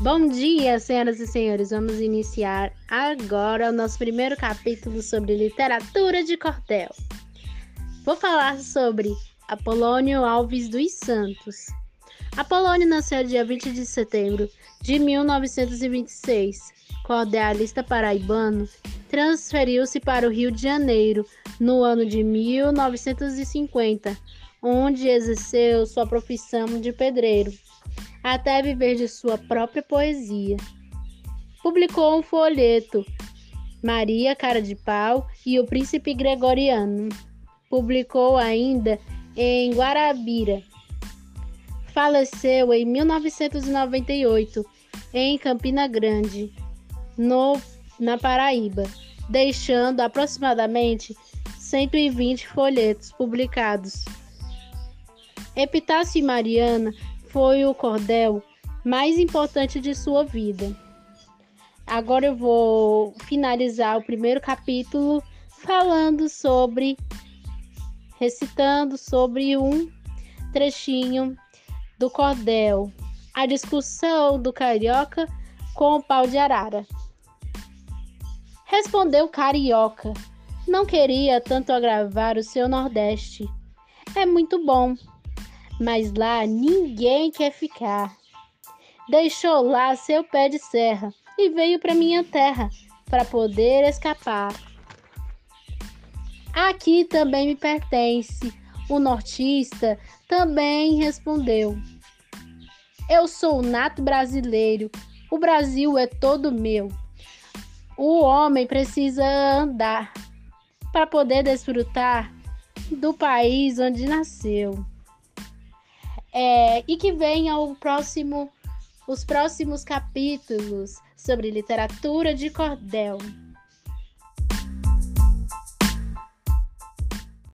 Bom dia, senhoras e senhores. Vamos iniciar agora o nosso primeiro capítulo sobre literatura de cordel. Vou falar sobre Apolônio Alves dos Santos. Apolônio nasceu dia 20 de setembro de 1926. Cordelista paraibano, transferiu-se para o Rio de Janeiro no ano de 1950, onde exerceu sua profissão de pedreiro, até viver de sua própria poesia. Publicou um folheto, Maria Cara de Pau e o Príncipe Gregoriano. Publicou ainda em Guarabira. Faleceu em 1998, em Campina Grande, na Paraíba, deixando aproximadamente 120 folhetos publicados. Epitácio Mariana foi o cordel mais importante de sua vida. Agora eu vou finalizar o primeiro capítulo recitando sobre um trechinho do cordel, a discussão do carioca com o pau de arara. Respondeu Carioca: não queria tanto agravar o seu Nordeste. É muito bom, mas lá ninguém quer ficar. Deixou lá seu pé de serra e veio para minha terra para poder escapar. Aqui também me pertence. O nortista também respondeu: eu sou nato brasileiro, o Brasil é todo meu. O homem precisa andar para poder desfrutar do país onde nasceu. E que venham os próximos capítulos sobre literatura de cordel.